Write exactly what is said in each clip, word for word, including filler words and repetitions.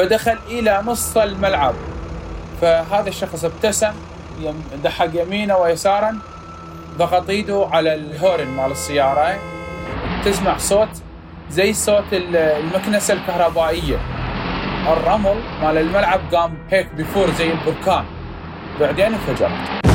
فدخل إلى نص الملعب، فهذا الشخص ابتسم، دحق يمينه ويسارا، ضغط ايده على الهورن مال السيارة، تسمع صوت زي صوت المكنسة الكهربائية. الرمل مال الملعب قام هيك بفور زي البركان، بعدين انفجرت.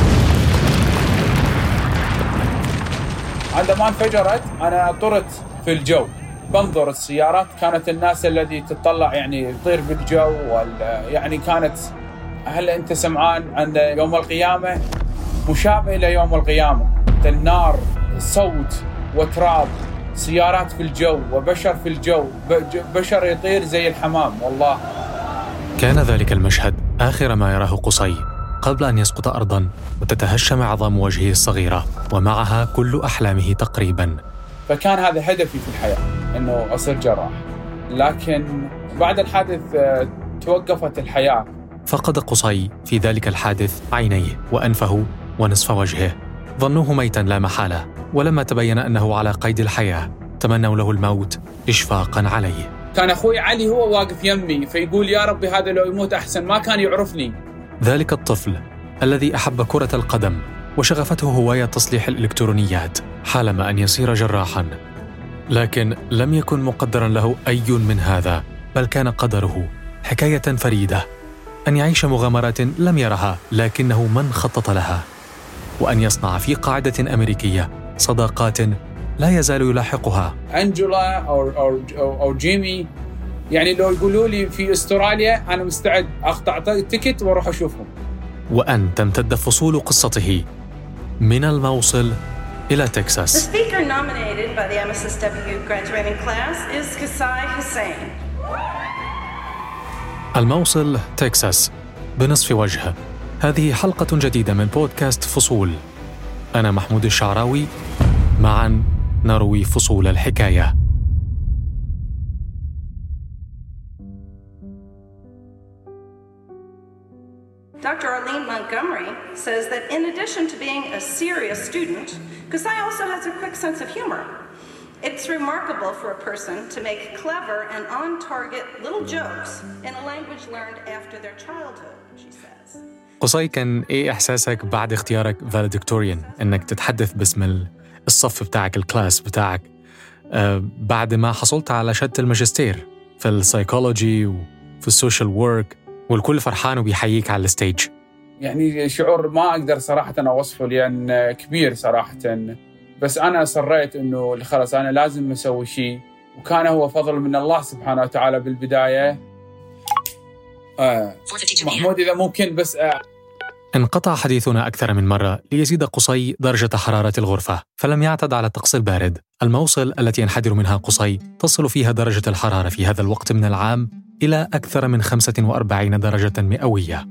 عندما انفجرت أنا طرت في الجو بنظر السيارات، كانت الناس الذي تطلع يعني تطير بالجو، يعني كانت هل أنت سمعان عن يوم القيامة؟ مشابه إلى يوم القيامة، النار، صوت وتراب، سيارات في الجو وبشر في الجو، بشر يطير زي الحمام. والله كان ذلك المشهد آخر ما يراه قصي قبل أن يسقط أرضاً وتتهشم عظام وجهه الصغيرة ومعها كل أحلامه تقريباً. فكان هذا هدفي في الحياة، إنه أصير جراح، لكن بعد الحادث توقفت الحياة. فقد قصي في ذلك الحادث عينيه وأنفه ونصف وجهه، ظنوه ميتاً لا محالة، ولما تبين أنه على قيد الحياة تمنوا له الموت إشفاقاً عليه. كان أخوي علي هو واقف يمي فيقول يا ربي هذا لو يموت أحسن، ما كان يعرفني. ذلك الطفل الذي أحب كرة القدم وشغفته هواية تصليح الإلكترونيات حالم أن يصير جراحاً، لكن لم يكن مقدراً له أي من هذا، بل كان قدره حكاية فريدة، أن يعيش مغامرات لم يرها لكنه من خطط لها، وأن يصنع في قاعدة أمريكية صداقات لا يزال يلاحقها. أنجولا أو, أو, أو, أو جيمي، يعني لو يقولوا لي في أستراليا أنا مستعد أقطع تيكت وأروح أشوفهم. وأن تمتد فصول قصته من الموصل إلى تكساس. The speaker nominated by the M S S W graduating class is Qusay Hussein. الموصل تكساس بنصف وجه. هذه حلقة جديدة من بودكاست فصول. أنا محمود الشعراوي، معا نروي فصول الحكاية. Doctor Arlene Montgomery says that in addition to being a serious student, Qusay also has a quick sense of humor. It's remarkable for a person to make clever and on-target little jokes in a language learned after their childhood, she says. قصي، كان إيه إحساسك بعد اختيارك valedictorian إنك تتحدث باسم الصف بتاعك، الكلاس بتاعك، أه بعد ما حصلت على شهادة الماجستير في السايكولوجي وفي السوشيال وورك، والكل فرحان وبيحييك على الستيج؟ يعني شعور ما أقدر صراحة أوصفه لأن كبير صراحة، بس أنا أصريت إنه خلاص أنا لازم أسوي شيء، وكان هو فضل من الله سبحانه وتعالى بالبداية. آه محمود إذا ممكن بس آه. انقطع حديثنا أكثر من مرة ليزيد قصي درجة حرارة الغرفة، فلم يعتد على الطقس البارد. الموصل التي ينحدر منها قصي تصل فيها درجة الحرارة في هذا الوقت من العام إلى أكثر من خمسة وأربعين درجة مئوية.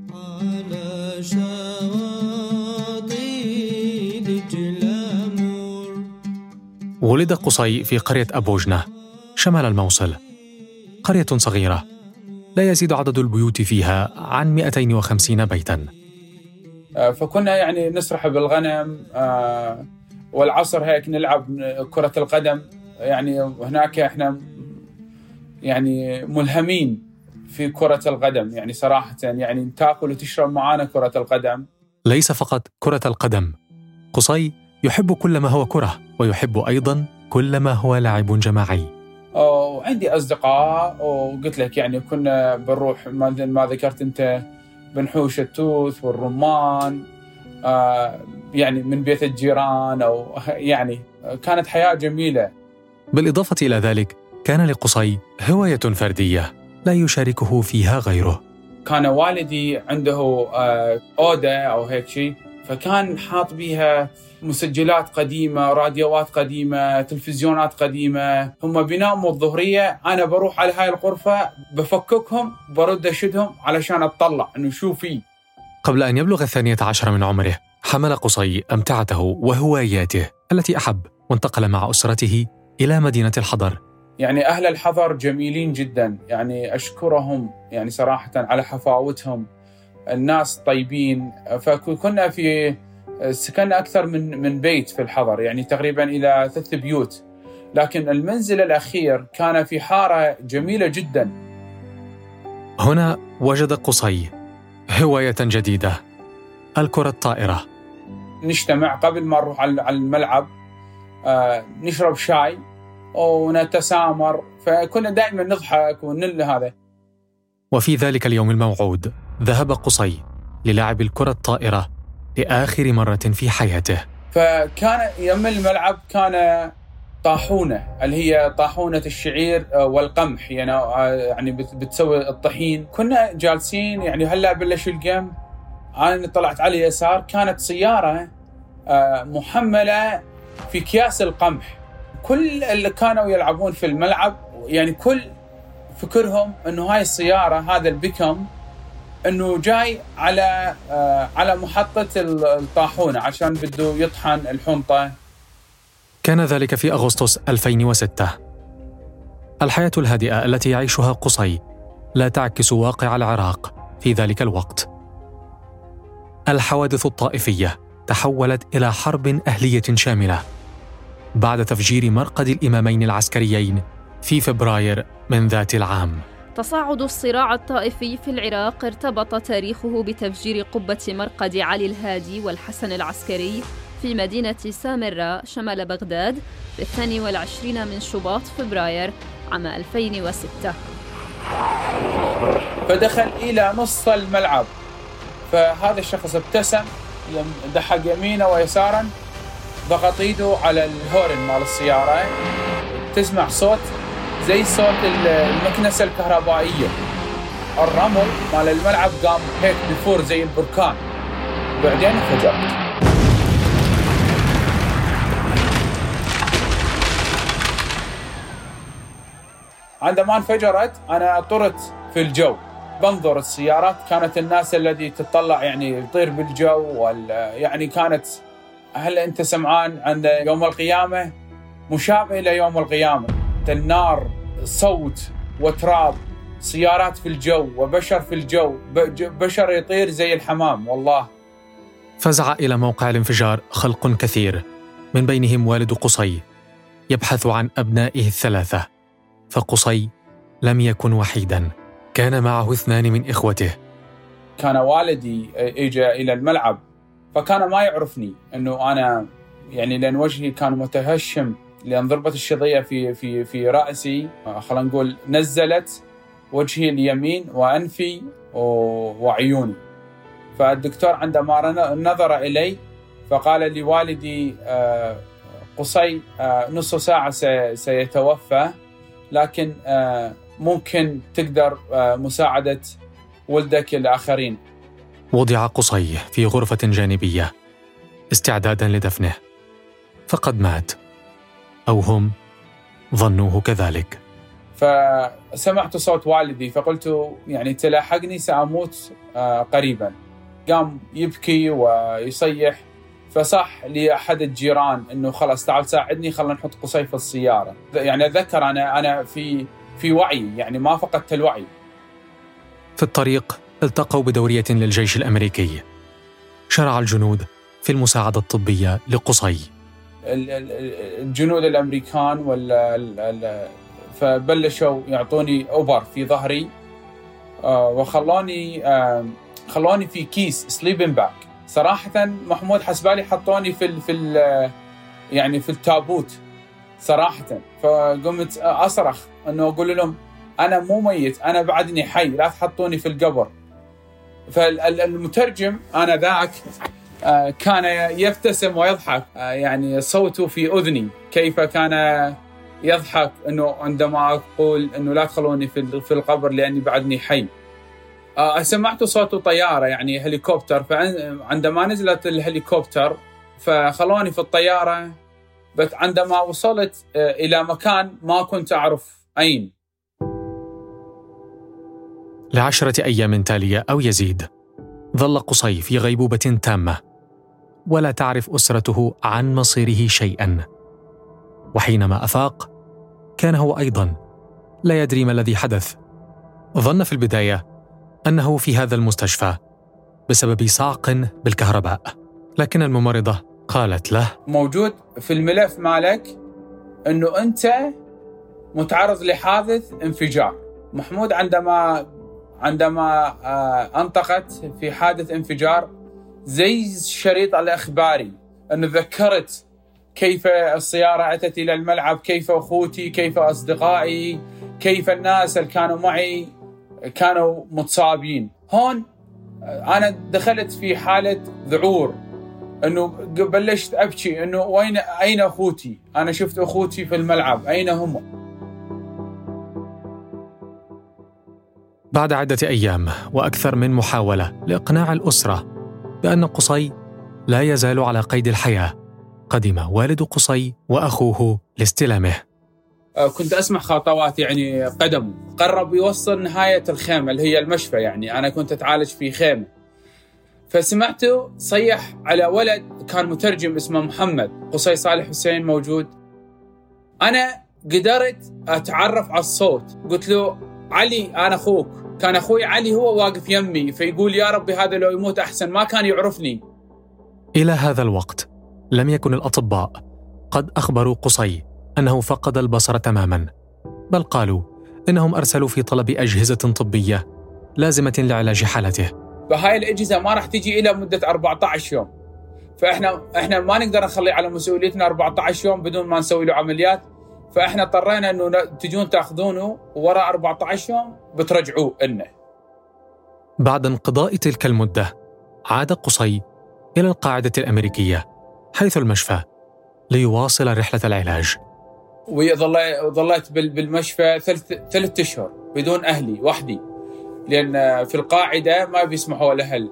ولد قصي في قرية أبوجنة شمال الموصل، قرية صغيرة لا يزيد عدد البيوت فيها عن مئتين وخمسين بيتاً. فكنا يعني نسرح بالغنم، والعصر هيك نلعب كرة القدم. يعني هناك احنا يعني ملهمين في كرة القدم، يعني صراحة يعني تاكل وتشرب معانا كرة القدم. ليس فقط كرة القدم، قصي يحب كل ما هو كرة، ويحب أيضاً كل ما هو لعب جماعي. وعندي أصدقاء، وقلت لك يعني كنا بنروح ما ذكرت أنت بنحوش التوث والرمان، آه يعني من بيت الجيران، أو يعني كانت حياة جميلة. بالإضافة إلى ذلك كان لقصي هواية فردية لا يشاركه فيها غيره. كان والدي عنده آه أوضة أو هيك شيء، فكان حاط بيها مسجلات قديمة، راديوات قديمة، تلفزيونات قديمة. هم بيناموا الظهرية، أنا بروح على هاي الغرفة بفككهم، برد أشدهم علشان أطلع إنه شو فيه. قبل أن يبلغ الثانية عشر من عمره حمل قصي أمتعته وهواياته التي أحب، وانتقل مع أسرته إلى مدينة الحضر. يعني أهل الحضر جميلين جدا، يعني أشكرهم يعني صراحة على حفاوتهم، الناس طيبين. فكنا في سكننا أكثر من من بيت في الحضر، يعني تقريبا إلى ثلاث بيوت، لكن المنزل الأخير كان في حارة جميلة جدا. هنا وجد قصي هواية جديدة، الكرة الطائرة. نجتمع قبل ما نروح على الملعب، آه نشرب شاي ونتسامر، فكنا دائما نضحك ونل هذا. وفي ذلك اليوم الموعود ذهب قصي للعب الكرة الطائرة لآخر مرة في حياته. فكان يم الملعب كان طاحونة، اللي هي طاحونة الشعير والقمح، يعني يعني بتسوي الطحين. كنا جالسين، يعني هلا بلش الجيم، أنا طلعت على اليسار كانت سيارة محملة في أكياس القمح. كل اللي كانوا يلعبون في الملعب يعني كل فكرهم إنه هاي السيارة، هذا البيكم، إنه جاي على على محطة الطاحونة عشان بده يطحن الحنطة. كان ذلك في أغسطس ألفين وستة. الحياة الهادئة التي يعيشها قصي لا تعكس واقع العراق في ذلك الوقت. الحوادث الطائفية تحولت إلى حرب أهلية شاملة بعد تفجير مرقد الإمامين العسكريين في فبراير من ذات العام. تصاعد الصراع الطائفي في العراق ارتبط تاريخه بتفجير قبة مرقد علي الهادي والحسن العسكري في مدينة سامراء شمال بغداد في الثاني والعشرين من شباط فبراير عام ألفين وستة. فدخل إلى نص الملعب، فهذا الشخص ابتسم، دحق يمينه ويسارا، ضغط ايده على الهورن مال السيارة، تسمع صوت زي صوت المكنسة الكهربائية. الرمل مال الملعب قام هيك بفور زي البركان، بعدين انفجرت. عندما انفجرت أنا طرت في الجو بنظر السيارات. كانت الناس الذي تطلع يعني يطير بالجو، يعني كانت، هل أنت سمعان عن يوم القيامة؟ مشابه إلى يوم القيامة، النار، صوت وتراب، سيارات في الجو وبشر في الجو، بشر يطير زي الحمام. والله فزع إلى موقع الانفجار خلق كثير، من بينهم والد قصي يبحث عن أبنائه الثلاثة. فقصي لم يكن وحيداً، كان معه اثنان من إخوته. كان والدي إجا إلى الملعب، فكان ما يعرفني إنه أنا، يعني لأن وجهي كان متهشم، لأن ضربة الشظية في في في رأسي، خلينا نقول نزلت وجهي اليمين وأنفي وعيوني. فالدكتور عندما نظر إلي فقال لي والدي قصي نص ساعة سيتوفى، لكن ممكن تقدر مساعدة ولدك الآخرين. وضع قصي في غرفة جانبية استعدادا لدفنه، فقد مات، أو هم ظنوه كذلك. فسمعت صوت والدي فقلت يعني تلاحقني سأموت قريبا. قام يبكي ويصيح، فصح لي أحد الجيران إنه خلاص تعال ساعدني، خلنا نحط قصي في السيارة. يعني أتذكر أنا أنا في في وعي، يعني ما فقدت الوعي. في الطريق التقوا بدورية للجيش الأمريكي. شرع الجنود في المساعدة الطبية لقصي. الجنود الأمريكان ولا فبلشوا يعطوني أوبر في ظهري، وخلوني خلوني في كيس سليبين باك. صراحة محمود حسبالي حطوني في ال في ال يعني في التابوت صراحة. فقمت أصرخ إنه أقول لهم أنا مو ميت، أنا بعدني حي، لا تحطوني في القبر. فالمترجم أنا ذاك كان يبتسم ويضحك، يعني صوته في أذني كيف كان يضحك إنه عندما أقول إنه لا تخلوني في في القبر لأني بعدني حي. سمعت صوت طيارة، يعني هليكوبتر. فعندما نزلت الهليكوبتر فخلوني في الطيارة، بس عندما وصلت إلى مكان ما كنت أعرف أين. لعشرة أيام تالية أو يزيد ظل قصي في غيبوبة تامة، ولا تعرف أسرته عن مصيره شيئاً. وحينما أفاق كان هو أيضاً لا يدري ما الذي حدث. ظن في البداية أنه في هذا المستشفى بسبب صعق بالكهرباء، لكن الممرضة قالت له موجود في الملف مالك أنه أنت متعرض لحادث انفجار. محمود عندما عندما أنطقت في حادث انفجار زي الشريط الإخباري، أنه ذكرت كيف السيارة أتت إلى الملعب، كيف أخوتي، كيف أصدقائي، كيف الناس اللي كانوا معي كانوا متصابين. هون أنا دخلت في حالة ذعور، أنه بلشت أبكي، أنه وين أين أخوتي؟ أنا شفت أخوتي في الملعب، أين هم؟ بعد عدة أيام وأكثر من محاولة لإقناع الأسرة بأن قصي لا يزال على قيد الحياة، قدم والد قصي وأخوه لاستلامه. كنت أسمع خطوات يعني قدمه، قرب يوصل نهاية الخيمة اللي هي المشفى، يعني أنا كنت أتعالج في خيمة، فسمعته صيح على ولد كان مترجم اسمه محمد، قصي صالح حسين موجود. أنا قدرت أتعرف على الصوت، قلت له علي أنا أخوك، كان أخوي علي هو واقف يمي، فيقول يا ربي هذا لو يموت أحسن، ما كان يعرفني. إلى هذا الوقت لم يكن الأطباء قد أخبروا قصي أنه فقد البصر تماماً، بل قالوا إنهم أرسلوا في طلب أجهزة طبية لازمة لعلاج حالته. فهاي الأجهزة ما راح تجي إلى مدة أربعة عشر يوم، فإحنا إحنا ما نقدر نخلي على مسؤوليتنا أربعة عشر يوم بدون ما نسوي له عمليات، فإحنا اضطرينا إنه تجون تأخذونه وراء أربعة عشر يوم بترجعوه لنا. بعد انقضاء تلك المدة عاد قصي إلى القاعدة الأمريكية حيث المشفى ليواصل رحلة العلاج. وظليت بالمشفى ثلاث ثلاث أشهر بدون أهلي وحدي، لأن في القاعدة ما بيسمحوا الأهل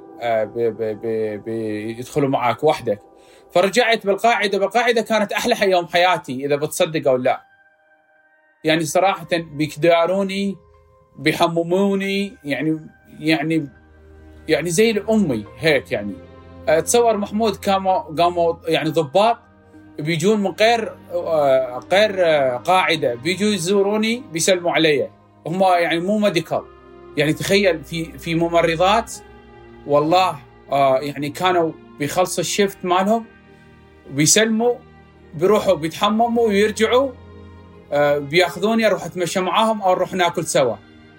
بيدخلوا معك وحدك. فرجعت بالقاعدة بالقاعدة كانت أحلى يوم حياتي إذا بتصدق أو لا، يعني صراحة بيكداروني بيحمموني، يعني يعني يعني زي الأمي هيك. يعني أتصور محمود قاموا قاموا يعني ضباط بيجون من غير غير قاعدة، بيجوا يزوروني بيسلموا علي، هم يعني مو ميديكال. يعني تخيل في في ممرضات والله آه يعني كانوا بيخلصوا الشيفت مالهم بيسلموا، بيروحوا بيتحمموا ويرجعوا، آه بياخذوني اروح اتمشى معاهم او نروح ناكل سوا.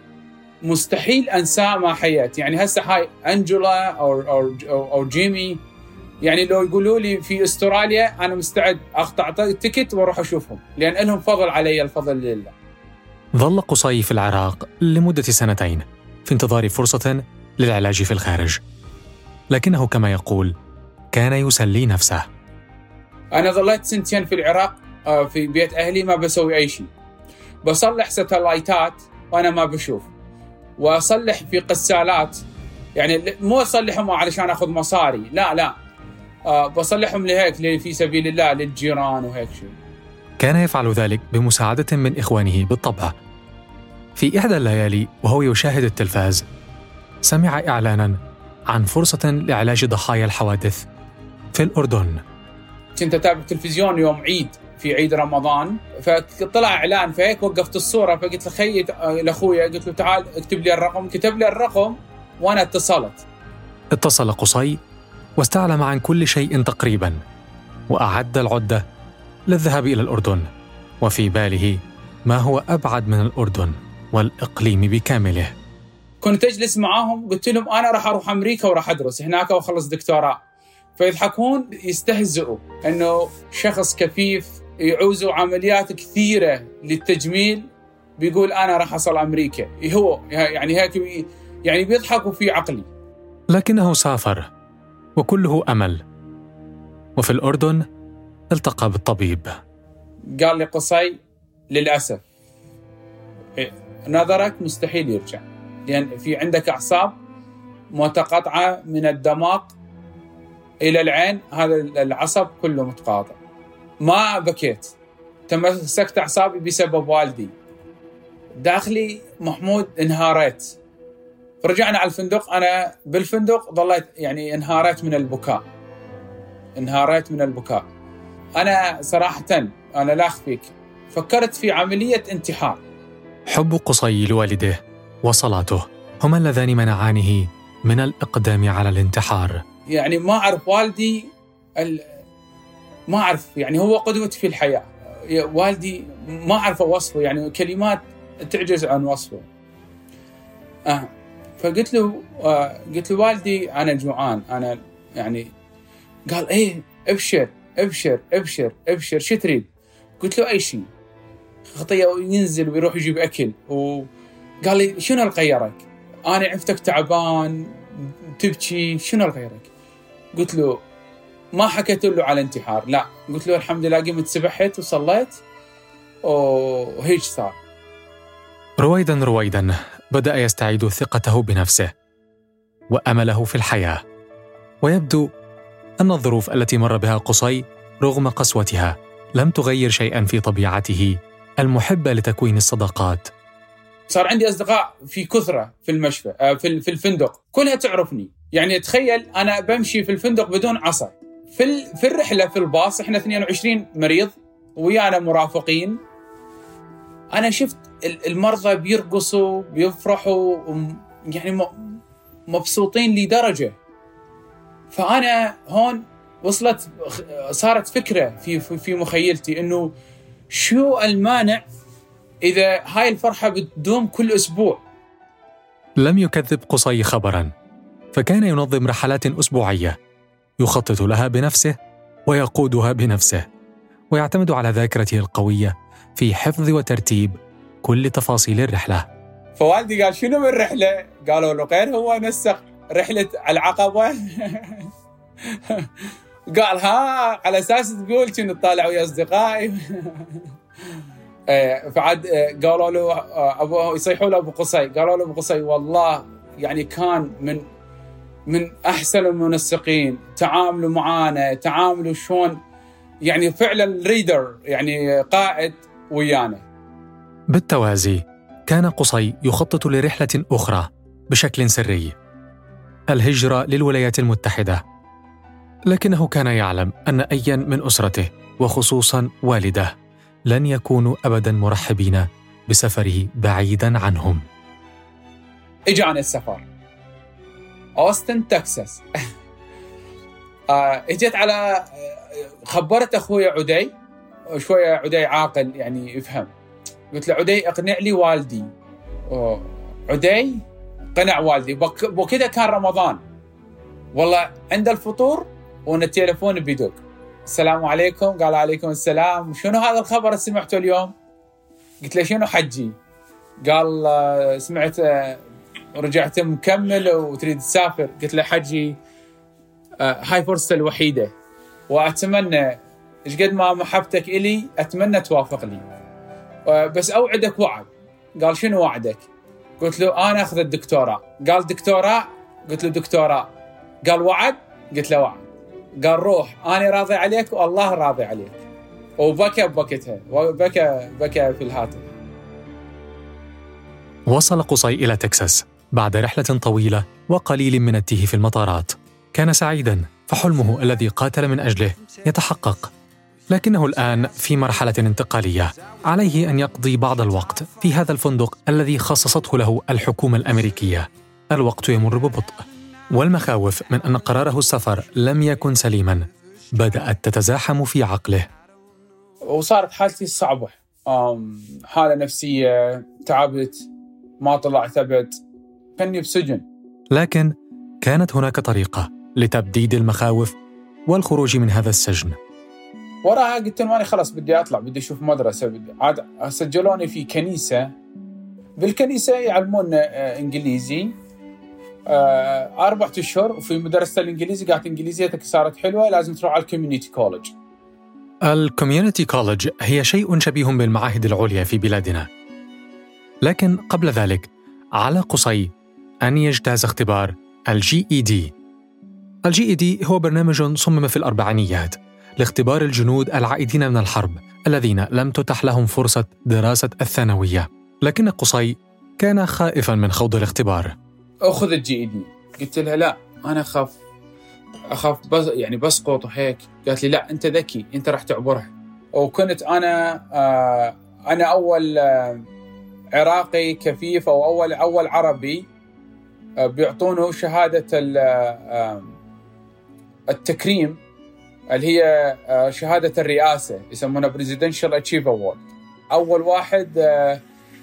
مستحيل انساه ما حياتي. يعني هسه هاي انجولا او او او جيمي، يعني لو يقولوا لي في استراليا انا مستعد اقطع تيكت واروح اشوفهم، لان لهم فضل علي، الفضل لله. ظل قصي في العراق لمدة سنتين في انتظار فرصة للعلاج في الخارج، لكنه كما يقول كان يسلي نفسه. أنا ظليت سنتين في العراق في بيت أهلي ما بسوي أي شيء، بصلح ستلايتات وأنا ما بشوف، وأصلح في قسالات، يعني مو أصلحهم علشان أخذ مصاري، لا لا بصلحهم لهيك في سبيل الله للجيران وهيك شيء. كان يفعل ذلك بمساعدة من إخوانه بالطبع. في إحدى الليالي وهو يشاهد التلفاز سمع إعلانا عن فرصة لعلاج ضحايا الحوادث في الأردن. كنت أتابع التلفزيون يوم عيد، في عيد رمضان، فطلع إعلان، فهيك وقفت الصورة، فقلت لخي لأخويا قلت له تعال اكتب لي الرقم، كتب لي الرقم وأنا اتصلت. اتصل قصي واستعلم عن كل شيء تقريبا، وأعد العدة للذهاب إلى الأردن، وفي باله ما هو أبعد من الأردن والإقليم بكامله. كنت أجلس معاهم قلت لهم أنا راح أروح أمريكا وراح أدرس هناك وأخلص دكتوراه، فيضحكون يستهزئوا إنه شخص كفيف يعوزوا عمليات كثيرة للتجميل بيقول أنا راح أصل أمريكا، هو يعني هيك يعني بيضحكوا في عقلي. لكنه سافر وكله أمل، وفي الأردن التقى بالطبيب. قال لي قصي للأسف نظرك مستحيل يرجع، لأن في عندك أعصاب متقطعة من الدماغ إلى العين، هذا العصب كله متقاطع. ما بكيت، تمسكت أعصابي بسبب والدي. داخلي محمود انهارت. رجعنا على الفندق، أنا بالفندق ظليت يعني انهارت من البكاء انهارت من البكاء أنا صراحة أنا لا أخفيك فكرت في عملية انتحار. حب قصي لوالده وصلاته هما اللذان منعانه من الإقدام على الانتحار. يعني ما أعرف والدي ال... ما أعرف يعني هو قدوتي في الحياة. والدي ما أعرف وصفه، يعني كلمات تعجز عن وصفه. آه. فقلت له آه قلت له والدي أنا جوعان أنا يعني. قال إيه أبشر أبشر أبشر أبشر شو تريد؟ قلت له أي شيء. خطية ينزل ويروح يجيب أكل. وقال لي شنو الغيرك؟ أنا عفتك تعبان تبكي شنو الغيرك؟ قلت له ما حكيت له على انتحار لا، قلت له الحمد لله قمت سبحت وصليت وهيج صار. رويدا رويدا بدأ يستعيد ثقته بنفسه وأمله في الحياة، ويبدو أن الظروف التي مر بها قصي رغم قسوتها لم تغير شيئا في طبيعته المحبة لتكوين الصداقات. صار عندي أصدقاء في كثرة في المشفى في في الفندق كلها تعرفني. يعني تخيل أنا بمشي في الفندق بدون عصا. في في الرحلة في الباص إحنا اثنين وعشرين مريض ويانا مرافقين. أنا شفت المرضى بيرقصوا بيفرحوا يعني مبسوطين لدرجة. فأنا هون وصلت صارت فكرة في في مخيلتي إنه شو المانع إذا هاي الفرحة بتدوم كل أسبوع. لم يكذب قصي خبراً، فكان ينظم رحلات أسبوعية يخطط لها بنفسه ويقودها بنفسه، ويعتمد على ذاكرته القوية في حفظ وترتيب كل تفاصيل الرحلة. فوالدي قال شنو من رحلة؟ قالوا له غير هو نسق رحلة العقبة. قال ها على أساس تقول كنت طالع ويا أصدقائي. فعاد قالوا له أبو يصيحوا له أبو قصي. قالوا له أبو قصي والله يعني كان من من أحسن المنسقين، تعاملوا معانا تعاملوا شون يعني فعلا ريدر يعني قائد ويانا. بالتوازي كان قصي يخطط لرحلة أخرى بشكل سري، الهجرة للولايات المتحدة، لكنه كان يعلم أن أيا من أسرته وخصوصا والده لن يكونوا أبدا مرحبين بسفره بعيدا عنهم. إجانا السفر أوستن تكساس. اجت على خبرت أخوي عدي شوية، عدي عاقل يعني يفهم. قلت له عدي اقنع لي والدي. عدي قنع والدي وكذا. كان رمضان والله عند الفطور وأن التليفون بيدق. السلام عليكم. قال عليكم السلام. شنو هذا الخبر سمعته اليوم؟ قلت له شنو حجي؟ قال سمعت رجعت مكمل وتريد تسافر. قلت له حجي هاي فرصة الوحيدة وأتمنى إيش قد ما محبتك إلي أتمنى توافق لي، بس أوعدك وعد. قال شنو وعدك؟ قلت له أنا أخذ الدكتوراه. قال دكتوراه؟ قلت له دكتوراه. قال وعد؟ قلت له وعد. قال روح أنا راضي عليك والله راضي عليك. وبكى ببكتها وبكى بكى في الهاتف. وصل قصي إلى تكساس بعد رحلة طويلة وقليل من التيه في المطارات. كان سعيداً فحلمه الذي قاتل من أجله يتحقق، لكنه الآن في مرحلة انتقالية. عليه أن يقضي بعض الوقت في هذا الفندق الذي خصصته له الحكومة الأمريكية. الوقت يمر ببطء، والمخاوف من أن قراره السفر لم يكن سليماً بدأت تتزاحم في عقله. وصارت حالتي صعبة، حالة نفسية، تعبت، ما طلعت أبد، كني بسجن. لكن كانت هناك طريقة لتبديد المخاوف والخروج من هذا السجن. وراها قلت أنا خلاص بدي أطلع، بدي أشوف مدرسة. بدي عاد سجلوني في كنيسة. بالكنيسة يعلمونا إنجليزي أربعة أشهر، وفي مدرسة الإنجليزي قالت إنجليزيتك صارت حلوة لازم تروح على الكوميونيتي كولج. الكوميونيتي كولج هي شيء شبيه بالمعاهد العليا في بلادنا، لكن قبل ذلك على قصي أن يجتاز اختبار الجي إي دي. الجي إي دي هو برنامج صمم في الأربعينيات لاختبار الجنود العائدين من الحرب الذين لم تتح لهم فرصة دراسة الثانوية، لكن قصي كان خائفاً من خوض الاختبار. أخذ الجي إي دي. قلت لها لا أنا أخاف أخاف بس يعني بسقط وهيك. قالت لي لا أنت ذكي، أنت راح تعبرها. وكنت أنا آه أنا أول آه عراقي كفيف أو أول أول عربي آه بيعطونه شهادة آه التكريم اللي هي آه شهادة الرئاسة، يسمونها Presidential Achieve Award. أول واحد آه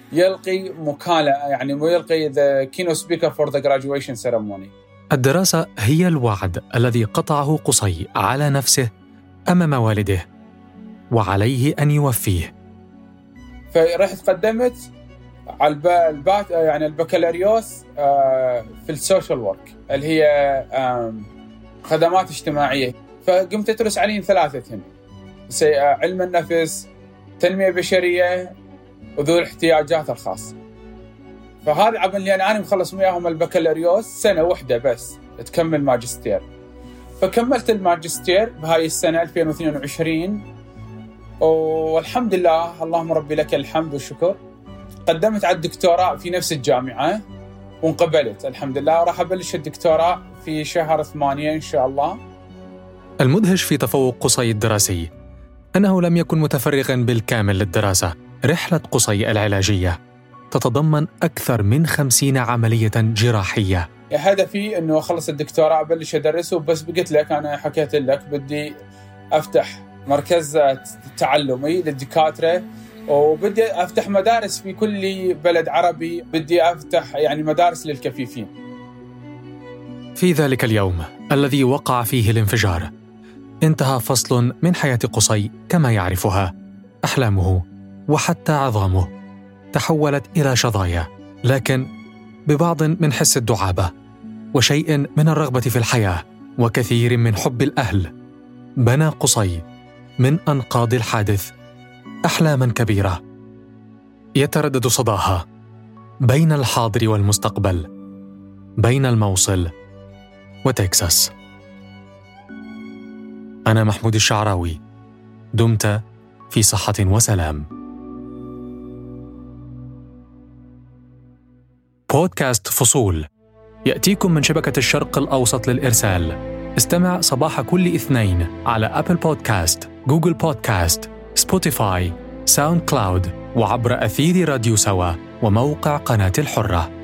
يلقي مكالمة، يعني يلقي the keynote speaker for the graduation ceremony. الدراسة هي الوعد الذي قطعه قصي على نفسه أمام والده، وعليه أن يوفيه. فرحت قدمت على البات يعني البكالوريوس في السوشيال ورك اللي هي خدمات اجتماعية. فقمت أدرس عليهم ثلاثتهم: علم النفس، تنمية بشرية، وذو الاحتياجات الخاصة. فهذا عمل لي أنا مخلص وياهم البكالوريوس سنة واحدة بس تكمل ماجستير. فكملت الماجستير بهاي السنة ألفين واثنين وعشرين، والحمد لله اللهم ربي لك الحمد والشكر. قدمت على الدكتوراه في نفس الجامعة وانقبلت الحمد لله، وراح أبلش الدكتوراه في شهر ثمانية إن شاء الله. المدهش في تفوق قصي الدراسي أنه لم يكن متفرغاً بالكامل للدراسة. رحلة قصي العلاجية تتضمن أكثر من خمسين عملية جراحية. هدفي أنه أخلص الدكتوراه أبلش أدرسه، بس قلت لك أنا حكيت لك بدي أفتح مركز تعلمي للدكاترة، وبدي أفتح مدارس في كل بلد عربي، بدي أفتح يعني مدارس للكفيفين. في ذلك اليوم الذي وقع فيه الانفجار انتهى فصل من حياة قصي كما يعرفها. أحلامه وحتى عظامه تحولت إلى شظايا، لكن ببعض من حس الدعابة وشيء من الرغبة في الحياة وكثير من حب الأهل، بنى قصي من أنقاض الحادث أحلاما كبيرة يتردد صداها بين الحاضر والمستقبل، بين الموصل وتكساس. أنا محمود الشعراوي، دمت في صحة وسلام. بودكاست فصول يأتيكم من شبكة الشرق الأوسط للإرسال. استمع صباح كل اثنين على أبل بودكاست، جوجل بودكاست، سبوتيفاي، ساوند كلاود، وعبر أثير راديو سوا وموقع قناة الحرة.